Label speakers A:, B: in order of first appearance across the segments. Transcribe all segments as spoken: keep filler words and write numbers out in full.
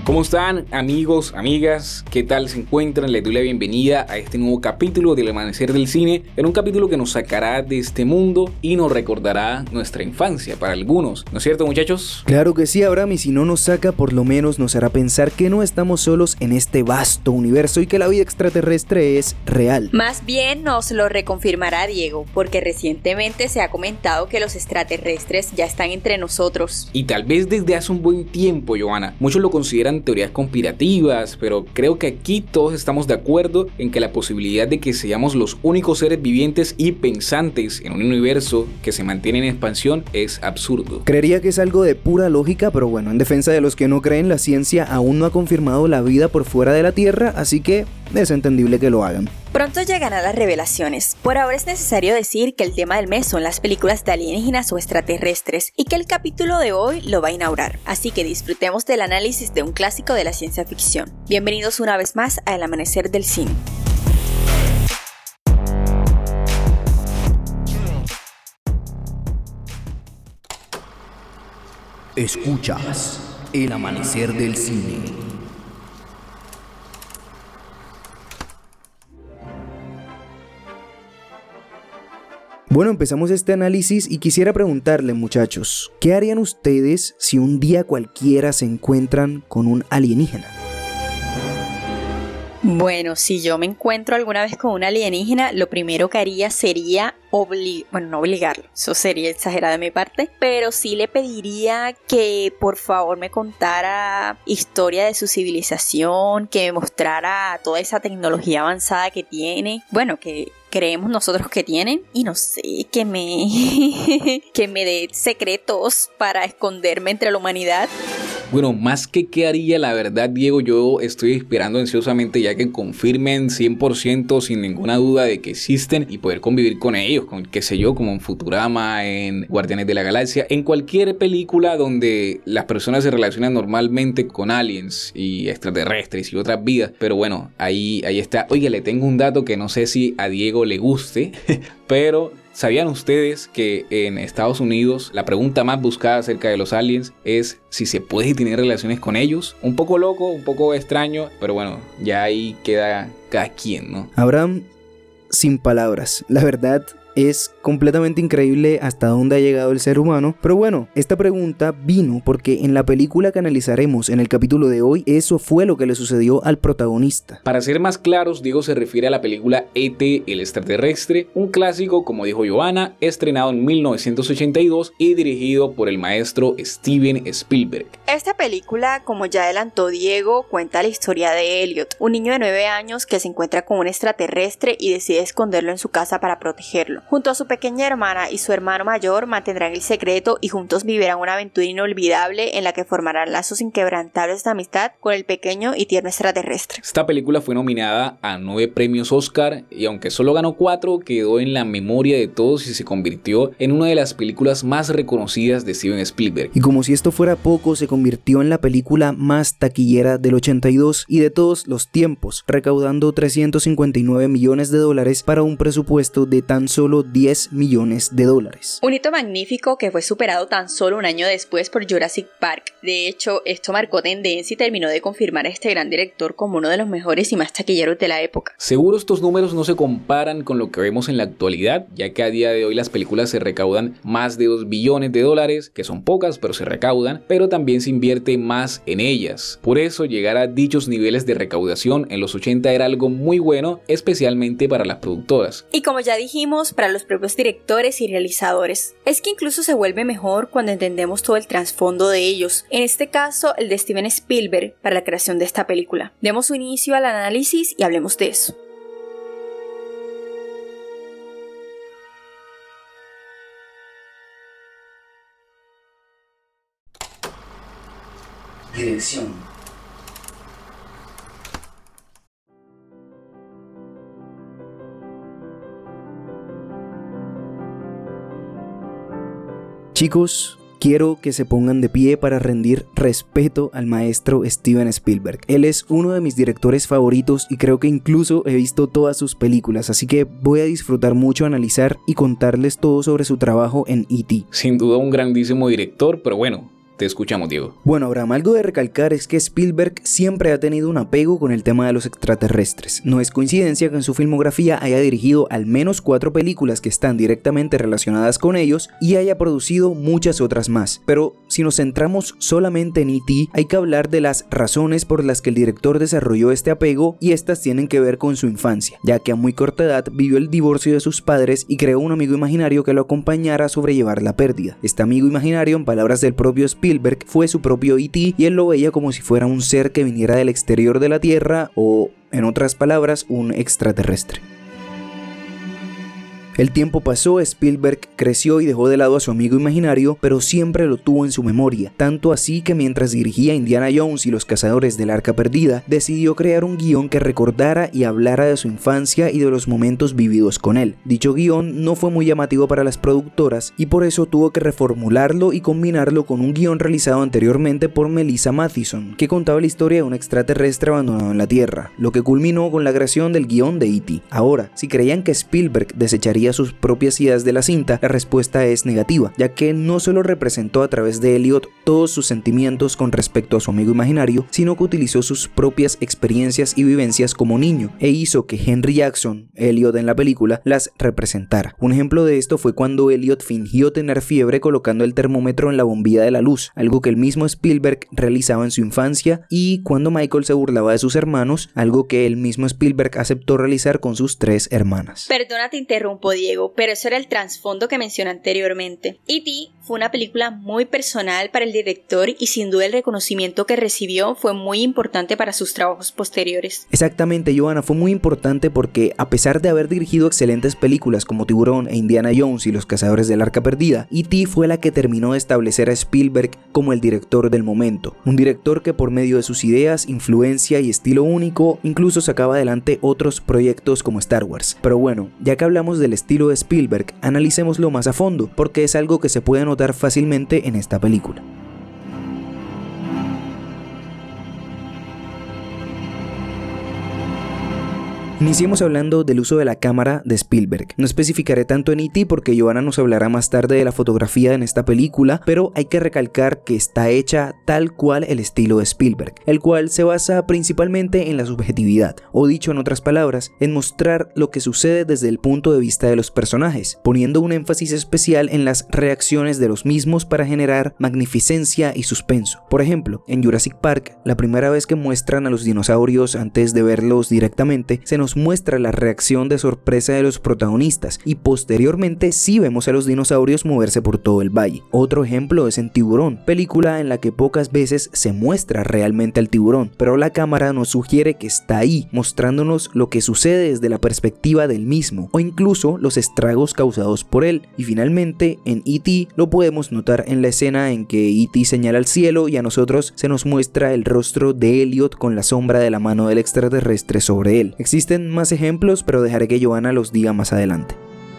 A: ¿Cómo están, amigos, amigas? ¿Qué tal se encuentran? Les doy la bienvenida a este nuevo capítulo del Amanecer del Cine, en un capítulo que nos sacará de este mundo y nos recordará nuestra infancia para algunos, ¿no es cierto, muchachos?
B: Claro que sí, Abraham, y si no nos saca, por lo menos nos hará pensar que no estamos solos en este vasto universo y que la vida extraterrestre es real.
C: Más bien nos lo reconfirmará Diego, porque recientemente se ha comentado que los extraterrestres ya están entre nosotros.
A: Y tal vez desde hace un buen tiempo, Johanna. Muchos lo consideran teorías conspirativas, pero creo que aquí todos estamos de acuerdo en que la posibilidad de que seamos los únicos seres vivientes y pensantes en un universo que se mantiene en expansión es absurdo.
B: Creería que es algo de pura lógica, pero bueno, en defensa de los que no creen, la ciencia aún no ha confirmado la vida por fuera de la Tierra, así que es entendible que lo hagan.
C: Pronto llegarán las revelaciones. Por ahora es necesario decir que el tema del mes son las películas de alienígenas o extraterrestres y que el capítulo de hoy lo va a inaugurar. Así que disfrutemos del análisis de un clásico de la ciencia ficción. Bienvenidos una vez más a El Amanecer del Cine.
D: Escuchas El Amanecer del Cine.
B: Bueno, empezamos este análisis y quisiera preguntarle, muchachos, ¿qué harían ustedes si un día cualquiera se encuentran con un alienígena?
C: Bueno, si yo me encuentro alguna vez con un alienígena, lo primero que haría sería obli- bueno, no obligarlo, eso sería exagerado de mi parte, pero sí le pediría que por favor me contara historia de su civilización, que me mostrara toda esa tecnología avanzada que tiene, bueno, que creemos nosotros que tienen, y no sé, que me que me dé secretos para esconderme entre la humanidad.
A: Bueno, más que qué haría, la verdad, Diego, yo estoy esperando ansiosamente ya que confirmen cien por ciento sin ninguna duda de que existen y poder convivir con ellos, con qué sé yo, como en Futurama, en Guardianes de la Galaxia, en cualquier película donde las personas se relacionan normalmente con aliens y extraterrestres y otras vidas. Pero bueno, ahí, ahí está. Oiga, le tengo un dato que no sé si a Diego le guste, pero ¿sabían ustedes que en Estados Unidos la pregunta más buscada acerca de los aliens es si se puede tener relaciones con ellos? Un poco loco, un poco extraño, pero bueno, ya ahí queda cada quien, ¿no?
B: Abraham, sin palabras, la verdad es completamente increíble hasta dónde ha llegado el ser humano, pero bueno, esta pregunta vino porque en la película que analizaremos en el capítulo de hoy, eso fue lo que le sucedió al protagonista.
A: Para ser más claros, Diego se refiere a la película E T el extraterrestre, un clásico, como dijo Johanna, estrenado en mil novecientos ochenta y dos y dirigido por el maestro Steven Spielberg.
C: Esta película, como ya adelantó Diego, cuenta la historia de Elliot, un niño de nueve años que se encuentra con un extraterrestre y decide esconderlo en su casa para protegerlo. Junto a su pequeña hermana y su hermano mayor mantendrán el secreto y juntos vivirán una aventura inolvidable en la que formarán lazos inquebrantables de amistad con el pequeño y tierno extraterrestre.
A: Esta película fue nominada a nueve premios Oscar y aunque solo ganó cuatro, quedó en la memoria de todos y se convirtió en una de las películas más reconocidas de Steven Spielberg.
B: Y como si esto fuera poco, se convirtió en la película más taquillera del ochenta y dos y de todos los tiempos, recaudando trescientos cincuenta y nueve millones de dólares para un presupuesto de tan solo diez millones de dólares.
C: Un hito magnífico que fue superado tan solo un año después por Jurassic Park. De hecho, esto marcó tendencia y terminó de confirmar a este gran director como uno de los mejores y más taquilleros de la época.
A: Seguro estos números no se comparan con lo que vemos en la actualidad, ya que a día de hoy las películas se recaudan más de dos billones de dólares, que son pocas pero se recaudan, pero también se invierte más en ellas. Por eso llegar a dichos niveles de recaudación en los ochenta era algo muy bueno, especialmente para las productoras.
C: Y como ya dijimos, para los propios directores y realizadores. Es que incluso se vuelve mejor cuando entendemos todo el trasfondo de ellos, en este caso el de Steven Spielberg para la creación de esta película. Demos un inicio al análisis y hablemos de eso.
D: Dirección.
B: Chicos, quiero que se pongan de pie para rendir respeto al maestro Steven Spielberg. Él es uno de mis directores favoritos y creo que incluso he visto todas sus películas, así que voy a disfrutar mucho analizar y contarles todo sobre su trabajo en E T.
A: Sin duda un grandísimo director, pero bueno, Te escuchamos, Diego.
B: Bueno, Abraham, algo de recalcar es que Spielberg siempre ha tenido un apego con el tema de los extraterrestres. No es coincidencia que en su filmografía haya dirigido al menos cuatro películas que están directamente relacionadas con ellos y haya producido muchas otras más. Pero si nos centramos solamente en E T, hay que hablar de las razones por las que el director desarrolló este apego, y estas tienen que ver con su infancia, ya que a muy corta edad vivió el divorcio de sus padres y creó un amigo imaginario que lo acompañara a sobrellevar la pérdida. Este amigo imaginario, en palabras del propio Spielberg, Spielberg, fue su propio E T y él lo veía como si fuera un ser que viniera del exterior de la Tierra o, en otras palabras, un extraterrestre. El tiempo pasó, Spielberg creció y dejó de lado a su amigo imaginario, pero siempre lo tuvo en su memoria, tanto así que mientras dirigía Indiana Jones y los Cazadores del Arca Perdida, decidió crear un guión que recordara y hablara de su infancia y de los momentos vividos con él. Dicho guión no fue muy llamativo para las productoras y por eso tuvo que reformularlo y combinarlo con un guión realizado anteriormente por Melissa Mathison, que contaba la historia de un extraterrestre abandonado en la Tierra, lo que culminó con la creación del guión de E T. Ahora, si creían que Spielberg desecharía sus propias ideas de la cinta, la respuesta es negativa, ya que no solo representó a través de Elliot todos sus sentimientos con respecto a su amigo imaginario, sino que utilizó sus propias experiencias y vivencias como niño, e hizo que Henry Jackson, Elliot en la película, las representara. Un ejemplo de esto fue cuando Elliot fingió tener fiebre colocando el termómetro en la bombilla de la luz, algo que el mismo Spielberg realizaba en su infancia, y cuando Michael se burlaba de sus hermanos, algo que el mismo Spielberg aceptó realizar con sus tres hermanas.
C: Perdona, te interrumpo, Diego, pero eso era el trasfondo que mencioné anteriormente. E T fue una película muy personal para el director y sin duda el reconocimiento que recibió fue muy importante para sus trabajos posteriores.
B: Exactamente, Johanna, fue muy importante porque a pesar de haber dirigido excelentes películas como Tiburón e Indiana Jones y los Cazadores del Arca Perdida, E T fue la que terminó de establecer a Spielberg como el director del momento. Un director que por medio de sus ideas, influencia y estilo único, incluso sacaba adelante otros proyectos como Star Wars. Pero bueno, ya que hablamos del estilo de Spielberg, analicémoslo más a fondo, porque es algo que se puede notar fácilmente en esta película. Iniciemos hablando del uso de la cámara de Spielberg. No especificaré tanto en E T porque Johanna nos hablará más tarde de la fotografía en esta película, pero hay que recalcar que está hecha tal cual el estilo de Spielberg, el cual se basa principalmente en la subjetividad, o dicho en otras palabras, en mostrar lo que sucede desde el punto de vista de los personajes, poniendo un énfasis especial en las reacciones de los mismos para generar magnificencia y suspenso. Por ejemplo, en Jurassic Park, la primera vez que muestran a los dinosaurios antes de verlos directamente, se nos muestra la reacción de sorpresa de los protagonistas y posteriormente sí vemos a los dinosaurios moverse por todo el valle. Otro ejemplo es en Tiburón, película en la que pocas veces se muestra realmente al tiburón, pero la cámara nos sugiere que está ahí, mostrándonos lo que sucede desde la perspectiva del mismo o incluso los estragos causados por él. Y finalmente en E T lo podemos notar en la escena en que E T señala al cielo y a nosotros se nos muestra el rostro de Elliot con la sombra de la mano del extraterrestre sobre él. Existen más ejemplos, pero dejaré que Johanna los diga más adelante.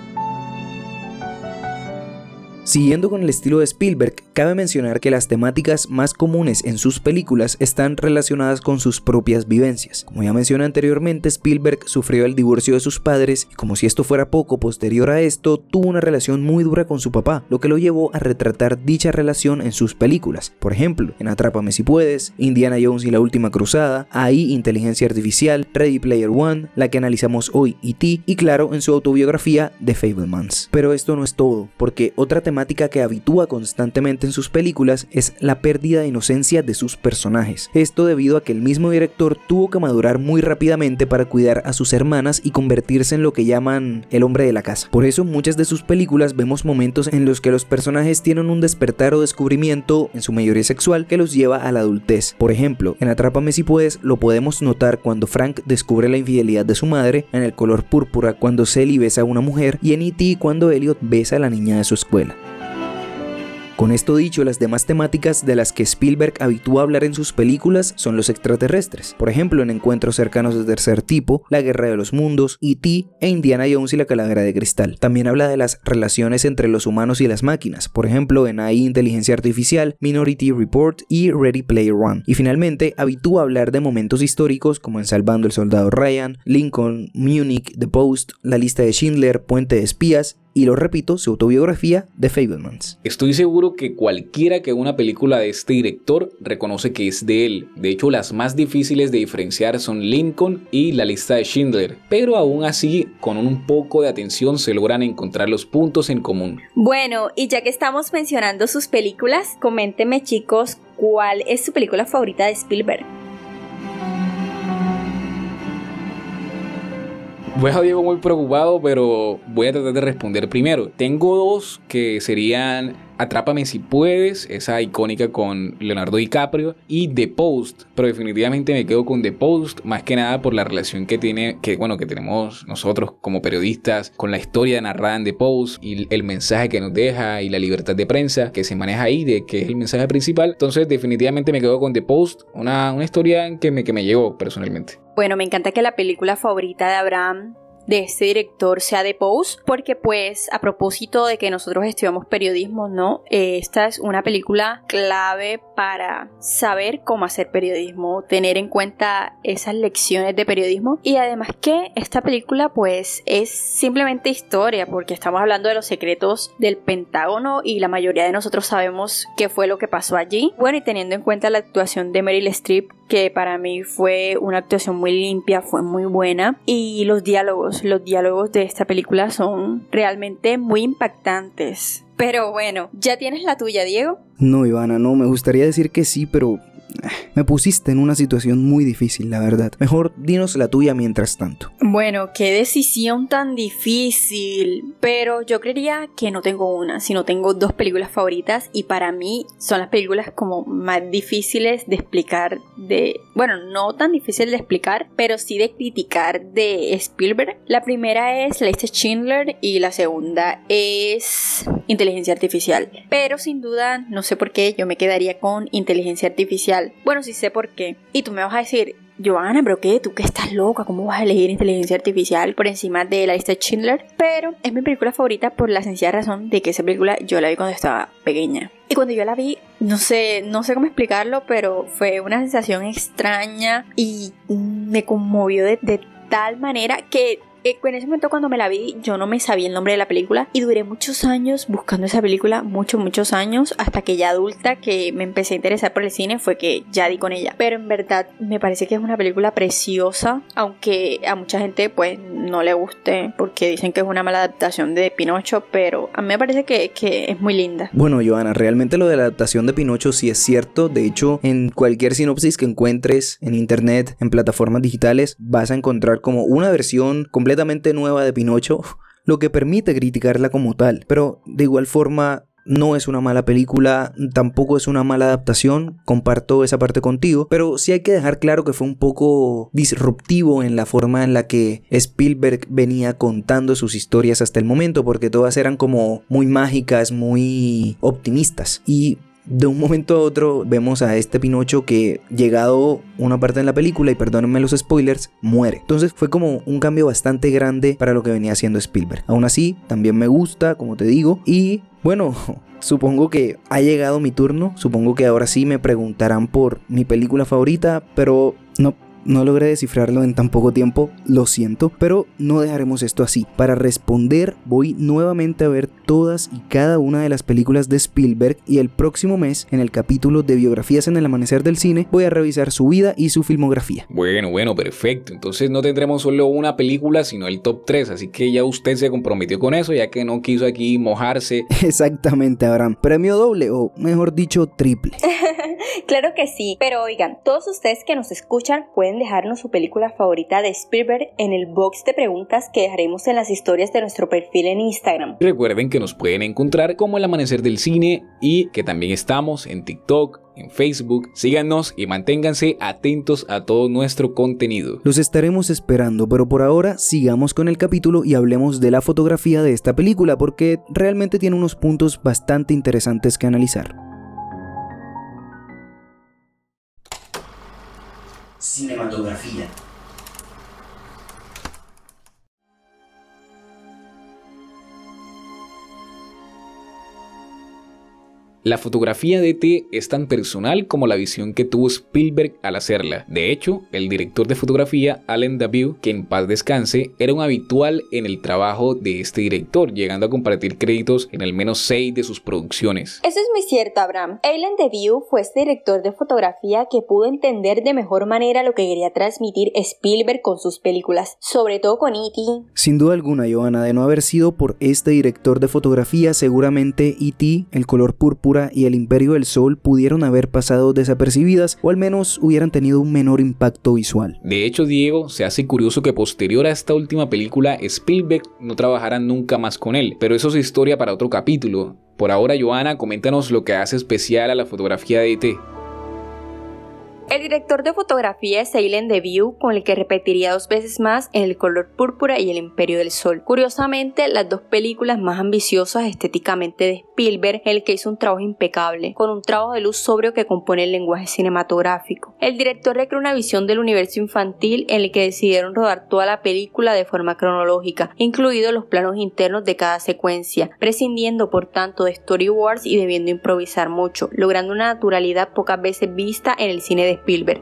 B: Siguiendo con el estilo de Spielberg, cabe mencionar que las temáticas más comunes en sus películas están relacionadas con sus propias vivencias. Como ya mencioné anteriormente, Spielberg sufrió el divorcio de sus padres y, como si esto fuera poco, posterior a esto tuvo una relación muy dura con su papá, lo que lo llevó a retratar dicha relación en sus películas. Por ejemplo, en Atrápame si puedes, Indiana Jones y la última cruzada, A I, Inteligencia Artificial, Ready Player One, la que analizamos hoy, E T, y claro, en su autobiografía The Fabelmans. Pero esto no es todo, porque otra temática que habitúa constantemente en sus películas es la pérdida de inocencia de sus personajes. Esto debido a que el mismo director tuvo que madurar muy rápidamente para cuidar a sus hermanas y convertirse en lo que llaman el hombre de la casa. Por eso en muchas de sus películas vemos momentos en los que los personajes tienen un despertar o descubrimiento, en su mayoría sexual, que los lleva a la adultez. Por ejemplo, en Atrápame si puedes lo podemos notar cuando Frank descubre la infidelidad de su madre, en El color púrpura cuando Sally besa a una mujer y en E T cuando Elliot besa a la niña de su escuela. Con esto dicho, las demás temáticas de las que Spielberg habitúa a hablar en sus películas son los extraterrestres. Por ejemplo, en Encuentros cercanos de tercer tipo, La guerra de los mundos, E T e Indiana Jones y la calavera de cristal. También habla de las relaciones entre los humanos y las máquinas. Por ejemplo, en A I, Inteligencia Artificial, Minority Report y Ready Player One. Y finalmente, habitúa a hablar de momentos históricos como en Salvando el soldado Ryan, Lincoln, Munich, The Post, La lista de Schindler, Puente de espías y lo repito, su autobiografía, The Fabelmans.
A: Estoy seguro que cualquiera que vea una película de este director reconoce que es de él. De hecho, las más difíciles de diferenciar son Lincoln y La lista de Schindler, pero aún así, con un poco de atención se logran encontrar los puntos en común.
C: Bueno, y ya que estamos mencionando sus películas, coméntenme chicos, ¿cuál es su película favorita de Spielberg?
A: Veo a Diego muy preocupado, pero voy a tratar de responder primero. Tengo dos que serían Atrápame si puedes, esa icónica con Leonardo DiCaprio, y The Post, pero definitivamente me quedo con The Post, más que nada por la relación que tiene, que bueno, que tenemos nosotros como periodistas con la historia narrada en The Post y el mensaje que nos deja y la libertad de prensa que se maneja ahí, de que es el mensaje principal. Entonces definitivamente me quedo con The Post, una, una historia que me, que me llegó personalmente.
C: Bueno, me encanta que la película favorita de Abraham de este director sea The Post, porque pues a propósito de que nosotros estudiamos periodismo, ¿no? Eh, esta es una película clave para saber cómo hacer periodismo, tener en cuenta esas lecciones de periodismo, y además que esta película pues es simplemente historia, porque estamos hablando de los secretos del Pentágono y la mayoría de nosotros sabemos qué fue lo que pasó allí. Bueno, y teniendo en cuenta la actuación de Meryl Streep, que para mí fue una actuación muy limpia, fue muy buena, y los diálogos, los diálogos de esta película son realmente muy impactantes. Pero bueno, ¿ya tienes la tuya, Diego?
B: No, Ivana, no, me gustaría decir que sí, pero me pusiste en una situación muy difícil, la verdad. Mejor dinos la tuya mientras tanto.
C: Bueno, qué decisión tan difícil. Pero yo creería que no tengo una, sino tengo dos películas favoritas, y para mí son las películas como más difíciles de explicar de... Bueno, no tan difícil de explicar, pero sí de criticar de Spielberg. La primera es La lista de Schindler y la segunda es Inteligencia Artificial. Pero sin duda, no sé por qué, yo me quedaría con Inteligencia Artificial. Bueno, sí sé por qué. Y tú me vas a decir, Johanna, ¿pero qué? ¿Tú qué estás loca? ¿Cómo vas a elegir Inteligencia Artificial por encima de La lista de Schindler? Pero es mi película favorita por la sencilla razón de que esa película yo la vi cuando estaba pequeña. Y cuando yo la vi, no sé, no sé cómo explicarlo, pero fue una sensación extraña y me conmovió de, de tal manera que... En ese momento cuando me la vi yo no me sabía el nombre de la película y duré muchos años buscando esa película, muchos, muchos años, hasta que ya adulta que me empecé a interesar por el cine fue que ya di con ella. Pero en verdad me parece que es una película preciosa, aunque a mucha gente pues no le guste porque dicen que es una mala adaptación de Pinocho, pero a mí me parece que, que es muy linda.
B: Bueno, Johanna, realmente lo de la adaptación de Pinocho sí es cierto. De hecho, en cualquier sinopsis que encuentres en internet, en plataformas digitales, vas a encontrar como una versión completamente nueva de Pinocho, lo que permite criticarla como tal. Pero de igual forma no es una mala película, tampoco es una mala adaptación, comparto esa parte contigo, pero sí hay que dejar claro que fue un poco disruptivo en la forma en la que Spielberg venía contando sus historias hasta el momento, porque todas eran como muy mágicas, muy optimistas, y de un momento a otro vemos a este Pinocho que, llegado una parte en la película, y perdónenme los spoilers, muere. Entonces fue como un cambio bastante grande para lo que venía haciendo Spielberg. Aún así, también me gusta, como te digo, y bueno, supongo que ha llegado mi turno. Supongo que ahora sí me preguntarán por mi película favorita, pero no... No logré descifrarlo en tan poco tiempo, lo siento, pero no dejaremos esto así. Para responder, voy nuevamente a ver todas y cada una de las películas de Spielberg, y el próximo mes, en el capítulo de Biografías en el Amanecer del Cine, voy a revisar su vida y su filmografía.
A: Bueno, bueno, perfecto. Entonces no tendremos solo una película, sino el top tres, así que ya usted se comprometió con eso, ya que no quiso aquí mojarse.
B: Exactamente, Abraham. Premio doble, o mejor dicho, triple.
C: Claro que sí, pero oigan, todos ustedes que nos escuchan pueden dejarnos su película favorita de Spielberg en el box de preguntas que dejaremos en las historias de nuestro perfil en Instagram.
A: Recuerden que nos pueden encontrar como El Amanecer del Cine y que también estamos en TikTok, en Facebook. Síganos y manténganse atentos a todo nuestro contenido.
B: Los estaremos esperando, pero por ahora sigamos con el capítulo y hablemos de la fotografía de esta película, porque realmente tiene unos puntos bastante interesantes que analizar.
D: Cinematografía.
A: La fotografía de E T es tan personal como la visión que tuvo Spielberg al hacerla. De hecho, el director de fotografía, Allen Daviau, que en paz descanse, era un habitual en el trabajo de este director, llegando a compartir créditos en al menos seis de sus producciones.
C: Eso es muy cierto, Abraham. Allen Daviau fue este director de fotografía que pudo entender de mejor manera lo que quería transmitir Spielberg con sus películas, sobre todo con E T.
B: Sin duda alguna, Johanna, de no haber sido por este director de fotografía, seguramente E T, El color púrpura y El imperio del sol pudieron haber pasado desapercibidas o al menos hubieran tenido un menor impacto visual.
A: De hecho, Diego, se hace curioso que posterior a esta última película Spielberg no trabajara nunca más con él, pero eso es historia para otro capítulo. Por ahora, Johanna, coméntanos lo que hace especial a la fotografía de E T.
C: El director de fotografía es Allen Daviau, con el que repetiría dos veces más en El color púrpura y El imperio del sol. Curiosamente, las dos películas más ambiciosas estéticamente de Spielberg, en el que hizo un trabajo impecable, con un trabajo de luz sobrio que compone el lenguaje cinematográfico. El director recreó una visión del universo infantil en el que decidieron rodar toda la película de forma cronológica, incluidos los planos internos de cada secuencia, prescindiendo por tanto de storyboards y debiendo improvisar mucho, logrando una naturalidad pocas veces vista en el cine de Spielberg.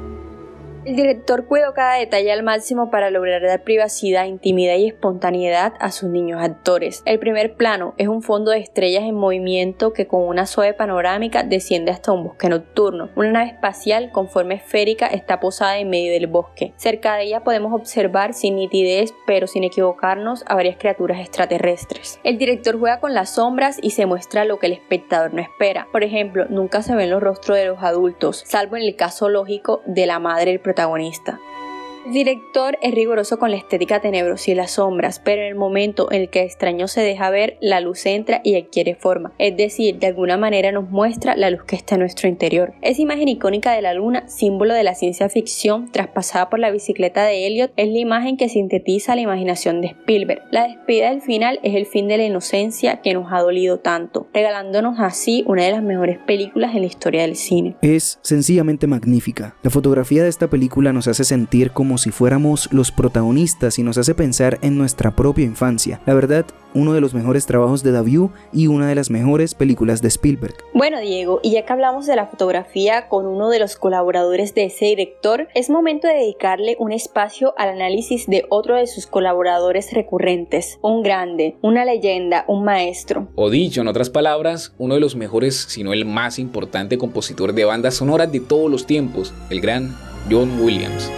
C: El director cuidó cada detalle al máximo para lograr dar privacidad, intimidad y espontaneidad a sus niños actores. El primer plano es un fondo de estrellas en movimiento que con una suave panorámica desciende hasta un bosque nocturno. Una nave espacial con forma esférica está posada en medio del bosque. Cerca de ella podemos observar sin nitidez, pero sin equivocarnos, a varias criaturas extraterrestres. El director juega con las sombras y se muestra lo que el espectador no espera. Por ejemplo, nunca se ven los rostros de los adultos, salvo en el caso lógico de la madre del protagonista. protagonista. El director es riguroso con la estética tenebrosa y las sombras, pero en el momento en el que el extraño se deja ver, la luz entra y adquiere forma, es decir, de alguna manera nos muestra la luz que está en nuestro interior. Esa imagen icónica de la luna, símbolo de la ciencia ficción, traspasada por la bicicleta de Elliot, es la imagen que sintetiza la imaginación de Spielberg. La despedida del final es el fin de la inocencia que nos ha dolido tanto, regalándonos así una de las mejores películas en la historia del cine.
B: Es sencillamente magnífica. La fotografía de esta película nos hace sentir como si fuéramos los protagonistas y nos hace pensar en nuestra propia infancia. La verdad, uno de los mejores trabajos de Daviau y una de las mejores películas de Spielberg.
C: Bueno, Diego, y ya que hablamos de la fotografía con uno de los colaboradores de ese director, es momento de dedicarle un espacio al análisis de otro de sus colaboradores recurrentes, un grande, una leyenda, un maestro.
A: O dicho en otras palabras, uno de los mejores, si no el más importante compositor de bandas sonoras de todos los tiempos, el gran John Williams.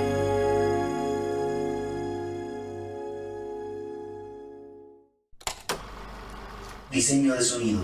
D: Diseño de sonido.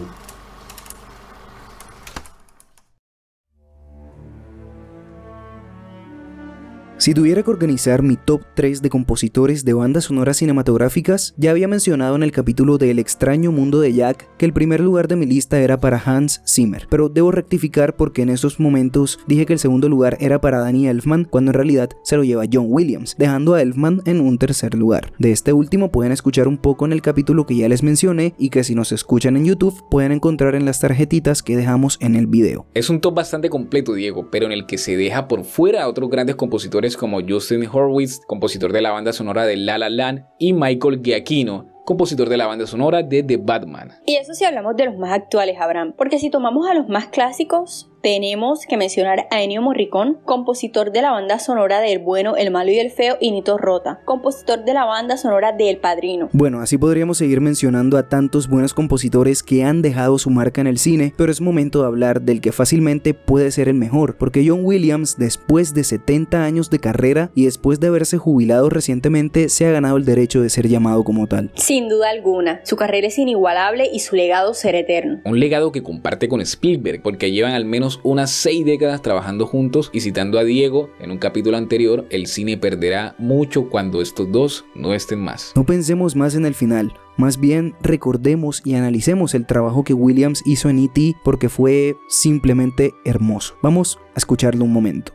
B: Si tuviera que organizar mi top tres de compositores de bandas sonoras cinematográficas, ya había mencionado en el capítulo de El extraño mundo de Jack que el primer lugar de mi lista era para Hans Zimmer, pero debo rectificar porque en esos momentos dije que el segundo lugar era para Danny Elfman, cuando en realidad se lo lleva John Williams, dejando a Elfman en un tercer lugar. De este último pueden escuchar un poco en el capítulo que ya les mencioné y que si nos escuchan en YouTube pueden encontrar en las tarjetitas que dejamos en el video.
A: Es un top bastante completo, Diego, pero en el que se deja por fuera a otros grandes compositores como Justin Hurwitz, compositor de la banda sonora de La La Land, y Michael Giacchino, compositor de la banda sonora de The Batman.
C: Y eso si hablamos de los más actuales, Abraham, porque si tomamos a los más clásicos, tenemos que mencionar a Ennio Morricone, compositor de la banda sonora de El bueno, el malo y el feo, y Nino Rota, compositor de la banda sonora de El Padrino.
B: Bueno, así podríamos seguir mencionando a tantos buenos compositores que han dejado su marca en el cine, pero es momento de hablar del que fácilmente puede ser el mejor, porque John Williams, después de setenta años de carrera y después de haberse jubilado recientemente, se ha ganado el derecho de ser llamado como tal.
C: Sin duda alguna, su carrera es inigualable y su legado será eterno.
A: Un legado que comparte con Spielberg, porque llevan al menos unas seis décadas trabajando juntos, y citando a Diego en un capítulo anterior, el cine perderá mucho cuando estos dos no estén más.
B: No pensemos más en el final, más bien recordemos y analicemos el trabajo que Williams hizo en E T porque fue simplemente hermoso. Vamos a escucharlo un momento.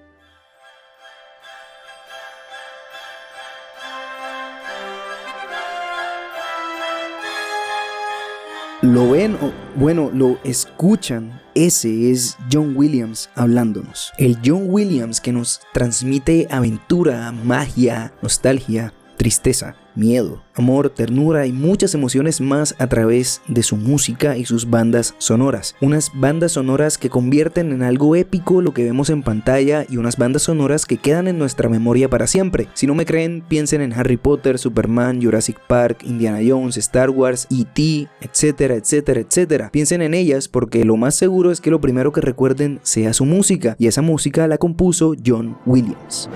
B: ¿Lo ven o, bueno, lo escuchan? Ese es John Williams hablándonos. El John Williams que nos transmite aventura, magia, nostalgia, tristeza, miedo, amor, ternura y muchas emociones más a través de su música y sus bandas sonoras. Unas bandas sonoras que convierten en algo épico lo que vemos en pantalla y unas bandas sonoras que quedan en nuestra memoria para siempre. Si no me creen, piensen en Harry Potter, Superman, Jurassic Park, Indiana Jones, Star Wars, E T, etcétera, etcétera, etcétera. Piensen en ellas porque lo más seguro es que lo primero que recuerden sea su música, y esa música la compuso John Williams.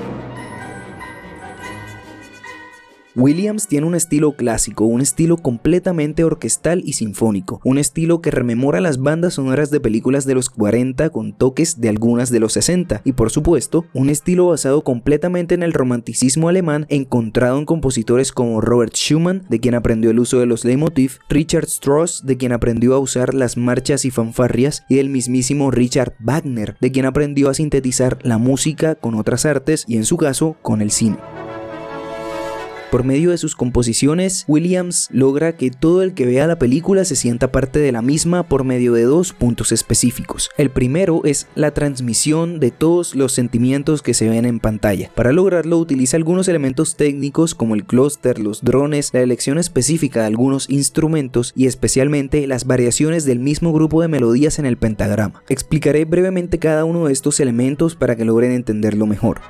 B: Williams tiene un estilo clásico, un estilo completamente orquestal y sinfónico, un estilo que rememora las bandas sonoras de películas de los cuarenta con toques de algunas de los sesenta, y por supuesto, un estilo basado completamente en el romanticismo alemán encontrado en compositores como Robert Schumann, de quien aprendió el uso de los leitmotiv, Richard Strauss, de quien aprendió a usar las marchas y fanfarrias, y el mismísimo Richard Wagner, de quien aprendió a sintetizar la música con otras artes y en su caso con el cine. Por medio de sus composiciones, Williams logra que todo el que vea la película se sienta parte de la misma por medio de dos puntos específicos. El primero es la transmisión de todos los sentimientos que se ven en pantalla. Para lograrlo utiliza algunos elementos técnicos como el clúster, los drones, la elección específica de algunos instrumentos y especialmente las variaciones del mismo grupo de melodías en el pentagrama. Explicaré brevemente cada uno de estos elementos para que logren entenderlo mejor.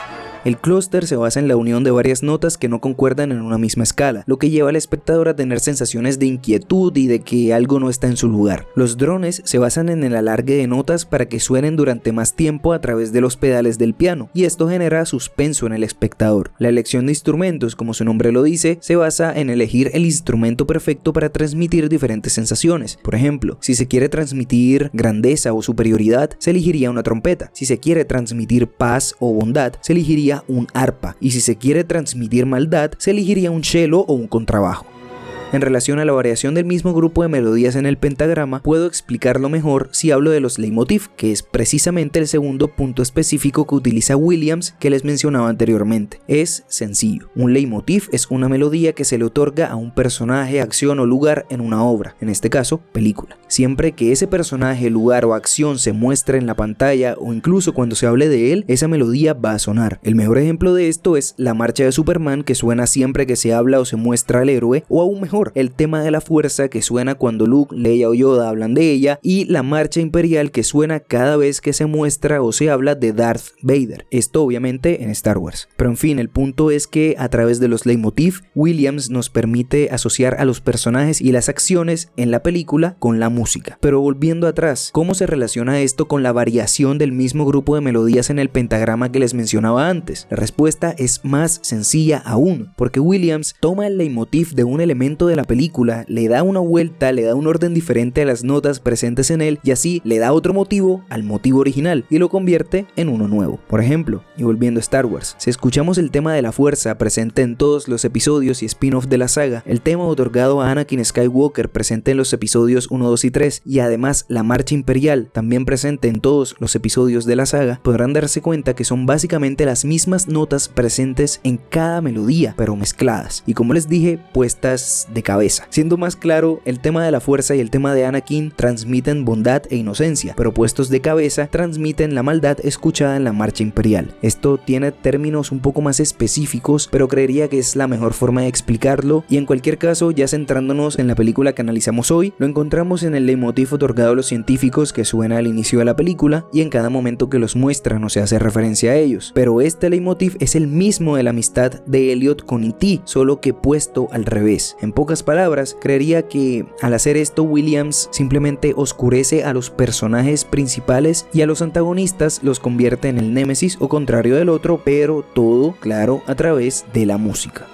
B: El clúster se basa en la unión de varias notas que no concuerdan en una misma escala, lo que lleva al espectador a tener sensaciones de inquietud y de que algo no está en su lugar. Los drones se basan en el alargue de notas para que suenen durante más tiempo a través de los pedales del piano, y esto genera suspenso en el espectador. La elección de instrumentos, como su nombre lo dice, se basa en elegir el instrumento perfecto para transmitir diferentes sensaciones. Por ejemplo, si se quiere transmitir grandeza o superioridad, se elegiría una trompeta. Si se quiere transmitir paz o bondad, se elegiría un arpa, y si se quiere transmitir maldad, se elegiría un cello o un contrabajo. En relación a la variación del mismo grupo de melodías en el pentagrama, puedo explicarlo mejor si hablo de los leitmotiv, que es precisamente el segundo punto específico que utiliza Williams que les mencionaba anteriormente. Es sencillo. Un leitmotiv es una melodía que se le otorga a un personaje, acción o lugar en una obra, en este caso, película. Siempre que ese personaje, lugar o acción se muestre en la pantalla o incluso cuando se hable de él, esa melodía va a sonar. El mejor ejemplo de esto es la marcha de Superman, que suena siempre que se habla o se muestra al héroe, o aún mejor, el tema de la fuerza que suena cuando Luke, Leia o Yoda hablan de ella, y la marcha imperial que suena cada vez que se muestra o se habla de Darth Vader. Esto obviamente en Star Wars. Pero en fin, el punto es que a través de los leitmotiv, Williams nos permite asociar a los personajes y las acciones en la película con la música. Pero volviendo atrás, ¿cómo se relaciona esto con la variación del mismo grupo de melodías en el pentagrama que les mencionaba antes? La respuesta es más sencilla aún, porque Williams toma el leitmotiv de un elemento de la película, le da una vuelta, le da un orden diferente a las notas presentes en él y así le da otro motivo al motivo original y lo convierte en uno nuevo. Por ejemplo, y volviendo a Star Wars, si escuchamos el tema de la fuerza presente en todos los episodios y spin-off de la saga, el tema otorgado a Anakin Skywalker presente en los episodios uno, dos y tres y además la marcha imperial también presente en todos los episodios de la saga, podrán darse cuenta que son básicamente las mismas notas presentes en cada melodía, pero mezcladas y, como les dije, puestas de cabeza. Siendo más claro, el tema de la fuerza y el tema de Anakin transmiten bondad e inocencia, pero puestos de cabeza transmiten la maldad escuchada en la marcha imperial. Esto tiene términos un poco más específicos, pero creería que es la mejor forma de explicarlo, y en cualquier caso, ya centrándonos en la película que analizamos hoy, lo encontramos en el leitmotiv otorgado a los científicos que suena al inicio de la película y en cada momento que los muestran o se hace referencia a ellos. Pero este leitmotiv es el mismo de la amistad de Elliot con E T, solo que puesto al revés. En pocas palabras, creería que al hacer esto Williams simplemente oscurece a los personajes principales y a los antagonistas los convierte en el némesis o contrario del otro, pero todo, claro, a través de la música.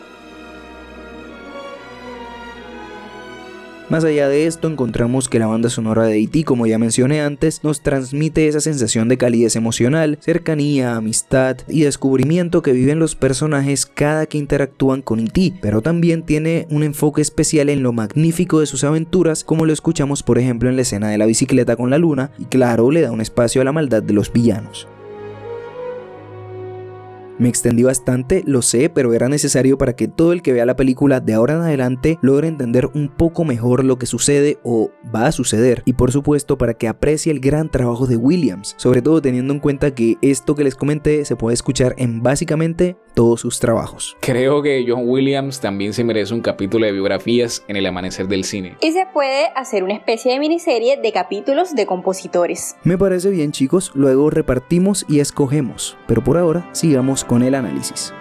B: Más allá de esto, encontramos que la banda sonora de E T, como ya mencioné antes, nos transmite esa sensación de calidez emocional, cercanía, amistad y descubrimiento que viven los personajes cada que interactúan con E T, pero también tiene un enfoque especial en lo magnífico de sus aventuras, como lo escuchamos por ejemplo en la escena de la bicicleta con la luna, y claro, le da un espacio a la maldad de los villanos. Me extendí bastante, lo sé, pero era necesario para que todo el que vea la película de ahora en adelante logre entender un poco mejor lo que sucede o va a suceder, y por supuesto para que aprecie el gran trabajo de Williams, sobre todo teniendo en cuenta que esto que les comenté se puede escuchar en básicamente todos sus trabajos.
A: Creo que John Williams también se merece un capítulo de biografías en el amanecer del cine.
C: Y se puede hacer una especie de miniserie de capítulos de compositores.
B: Me parece bien, chicos, luego repartimos y escogemos, pero por ahora sigamos con el análisis.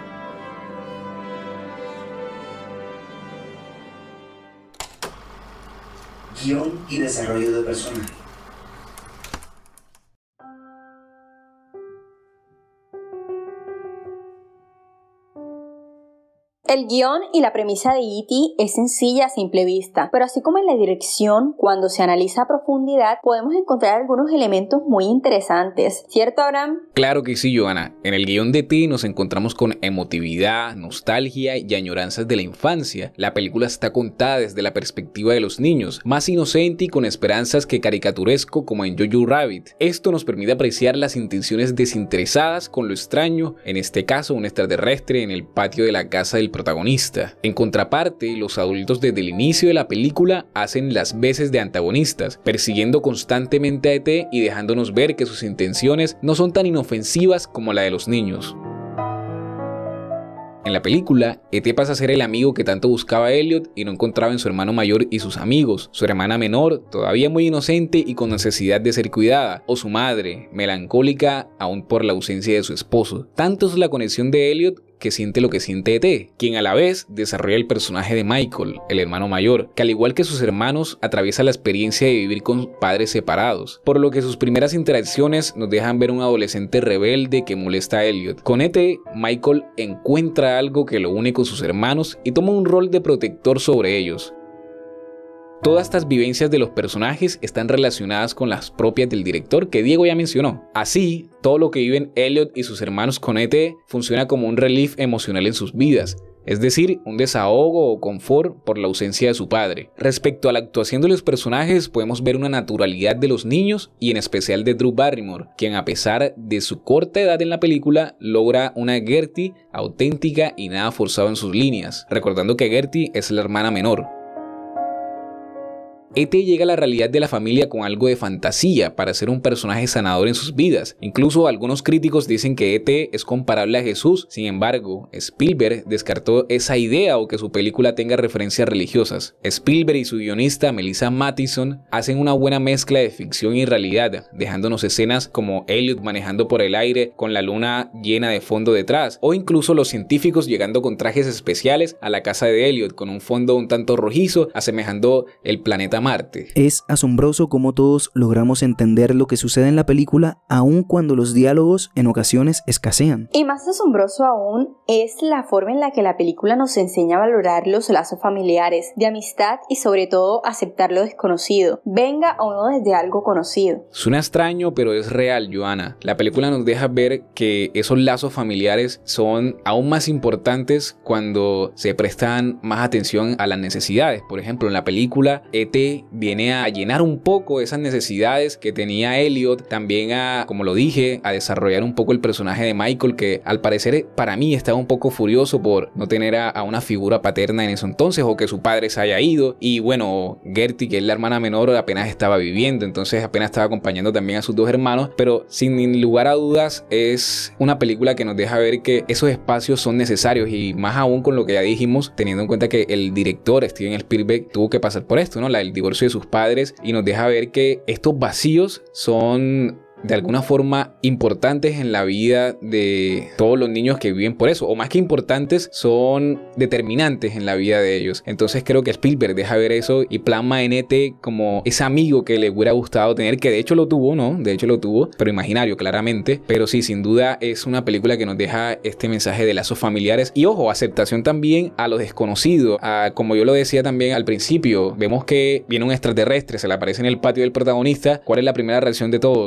D: Guión y desarrollo de personaje.
C: El guión y la premisa de E T es sencilla a simple vista, pero así como en la dirección, cuando se analiza a profundidad, podemos encontrar algunos elementos muy interesantes. ¿Cierto, Abraham?
A: Claro que sí, Joana. En el guión de E T nos encontramos con emotividad, nostalgia y añoranzas de la infancia. La película está contada desde la perspectiva de los niños, más inocente y con esperanzas que caricaturesco como en Jojo Rabbit. Esto nos permite apreciar las intenciones desinteresadas con lo extraño, en este caso un extraterrestre en el patio de la casa del protagonista. En contraparte, los adultos desde el inicio de la película hacen las veces de antagonistas, persiguiendo constantemente a E T y dejándonos ver que sus intenciones no son tan inofensivas como la de los niños. En la película, E T pasa a ser el amigo que tanto buscaba a Elliot y no encontraba en su hermano mayor y sus amigos, su hermana menor, todavía muy inocente y con necesidad de ser cuidada, o su madre, melancólica aún por la ausencia de su esposo. Tanto es la conexión de Elliot que siente lo que siente E T, quien a la vez desarrolla el personaje de Michael, el hermano mayor, que al igual que sus hermanos atraviesa la experiencia de vivir con padres separados, por lo que sus primeras interacciones nos dejan ver un adolescente rebelde que molesta a Elliot. Con E T, Michael encuentra algo que lo une con sus hermanos y toma un rol de protector sobre ellos. Todas estas vivencias de los personajes están relacionadas con las propias del director que Diego ya mencionó. Así, todo lo que viven Elliot y sus hermanos con E T funciona como un relief emocional en sus vidas, es decir, un desahogo o confort por la ausencia de su padre. Respecto a la actuación de los personajes, podemos ver una naturalidad de los niños y en especial de Drew Barrymore, quien a pesar de su corta edad en la película, logra una Gertie auténtica y nada forzado en sus líneas, recordando que Gertie es la hermana menor. E T llega a la realidad de la familia con algo de fantasía para ser un personaje sanador en sus vidas. Incluso algunos críticos dicen que E T es comparable a Jesús. Sin embargo, Spielberg descartó esa idea o que su película tenga referencias religiosas. Spielberg y su guionista Melissa Mathison hacen una buena mezcla de ficción y realidad, dejándonos escenas como Elliot manejando por el aire con la luna llena de fondo detrás, o incluso los científicos llegando con trajes especiales a la casa de Elliot con un fondo un tanto rojizo, asemejando el planeta Marte.
B: Es asombroso cómo todos logramos entender lo que sucede en la película, aun cuando los diálogos en ocasiones escasean.
C: Y más asombroso aún es la forma en la que la película nos enseña a valorar los lazos familiares, de amistad y sobre todo aceptar lo desconocido, venga o no desde algo conocido.
A: Suena extraño, pero es real, Joana. La película nos deja ver que esos lazos familiares son aún más importantes cuando se prestan más atención a las necesidades. Por ejemplo, en la película, E T viene a llenar un poco esas necesidades que tenía Elliot, también a, como lo dije, a desarrollar un poco el personaje de Michael, que al parecer para mí estaba un poco furioso por no tener a, a una figura paterna en ese entonces, o que su padre se haya ido, y bueno, Gertie, que es la hermana menor, apenas estaba viviendo, entonces apenas estaba acompañando también a sus dos hermanos, pero sin lugar a dudas es una película que nos deja ver que esos espacios son necesarios, y más aún con lo que ya dijimos, teniendo en cuenta que el director Steven Spielberg tuvo que pasar por esto, ¿no? La del divorcio de sus padres, y nos deja ver que estos vacíos son de alguna forma importantes en la vida de todos los niños que viven por eso, o más que importantes, son determinantes en la vida de ellos. Entonces creo que Spielberg deja ver eso y plasma en E T como ese amigo que le hubiera gustado tener, que de hecho lo tuvo, ¿no? De hecho lo tuvo, pero imaginario claramente, pero sí, sin duda es una película que nos deja este mensaje de lazos familiares y, ojo, aceptación también a lo desconocido, a, como yo lo decía también al principio, vemos que viene un extraterrestre, se le aparece en el patio del protagonista. ¿Cuál es la primera reacción de todos? Es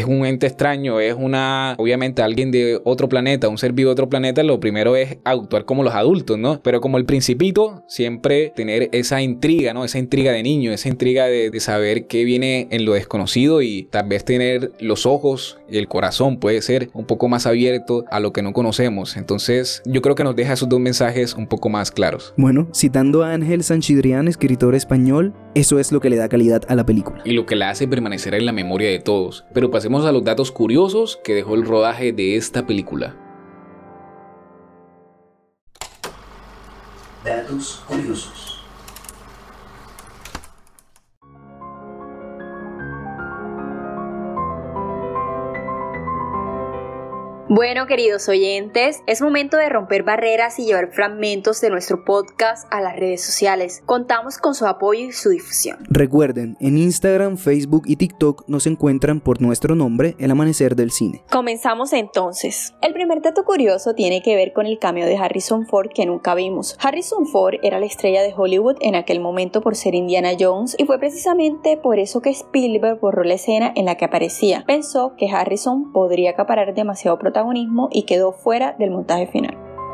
A: un ente extraño, es una, obviamente alguien de otro planeta, un ser vivo de otro planeta, lo primero es actuar como los adultos, ¿no? Pero como el Principito, siempre tener esa intriga, ¿no? Esa intriga de niño, esa intriga de, de saber qué viene en lo desconocido y tal vez tener los ojos y el corazón puede ser un poco más abierto a lo que no conocemos. Entonces yo creo que nos deja esos dos mensajes un poco más claros.
B: Bueno, citando a Ángel Sanchidrián, escritor español, eso es lo que le da calidad a la película.
A: Y lo que la hace permanecer en la memoria de todos. Pero pasemos a los datos curiosos que dejó el rodaje de esta película.
D: Datos curiosos.
C: Bueno, queridos oyentes, es momento de romper barreras y llevar fragmentos de nuestro podcast a las redes sociales. Contamos con su apoyo y su difusión.
B: Recuerden, en Instagram, Facebook y TikTok nos encuentran por nuestro nombre, El Amanecer del Cine.
C: Comenzamos entonces. El primer dato curioso tiene que ver con el cameo de Harrison Ford que nunca vimos. Harrison Ford era la estrella de Hollywood en aquel momento por ser Indiana Jones y fue precisamente por eso que Spielberg borró la escena en la que aparecía. Pensó que Harrison podría acaparar demasiado protagonismo y quedó fuera del montaje final.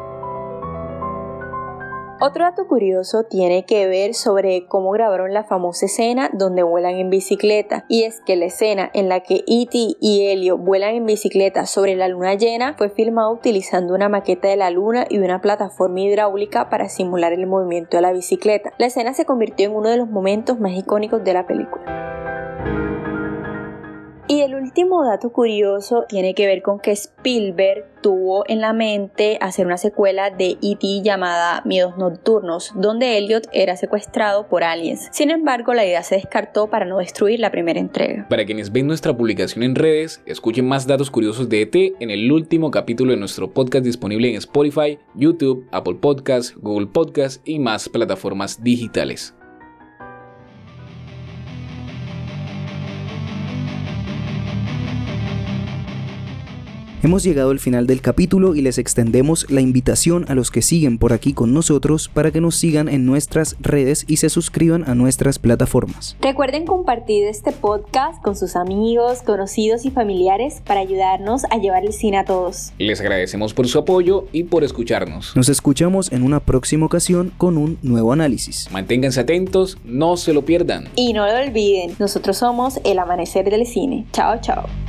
C: Otro dato curioso tiene que ver sobre cómo grabaron la famosa escena donde vuelan en bicicleta, y es que la escena en la que E T y Helio vuelan en bicicleta sobre la luna llena fue filmada utilizando una maqueta de la luna y una plataforma hidráulica para simular el movimiento de la bicicleta. La escena se convirtió en uno de los momentos más icónicos de la película. Y el último dato curioso tiene que ver con que Spielberg tuvo en la mente hacer una secuela de E T llamada Miedos Nocturnos, donde Elliot era secuestrado por aliens. Sin embargo, la idea se descartó para no destruir la primera entrega.
A: Para quienes ven nuestra publicación en redes, escuchen más datos curiosos de E T en el último capítulo de nuestro podcast disponible en Spotify, YouTube, Apple Podcasts, Google Podcasts y más plataformas digitales.
B: Hemos llegado al final del capítulo y les extendemos la invitación a los que siguen por aquí con nosotros para que nos sigan en nuestras redes y se suscriban a nuestras plataformas.
C: Recuerden compartir este podcast con sus amigos, conocidos y familiares para ayudarnos a llevar el cine a todos.
A: Les agradecemos por su apoyo y por escucharnos.
B: Nos escuchamos en una próxima ocasión con un nuevo análisis.
A: Manténganse atentos, no se lo pierdan.
C: Y no lo olviden, nosotros somos El Amanecer del Cine. Chao, chao.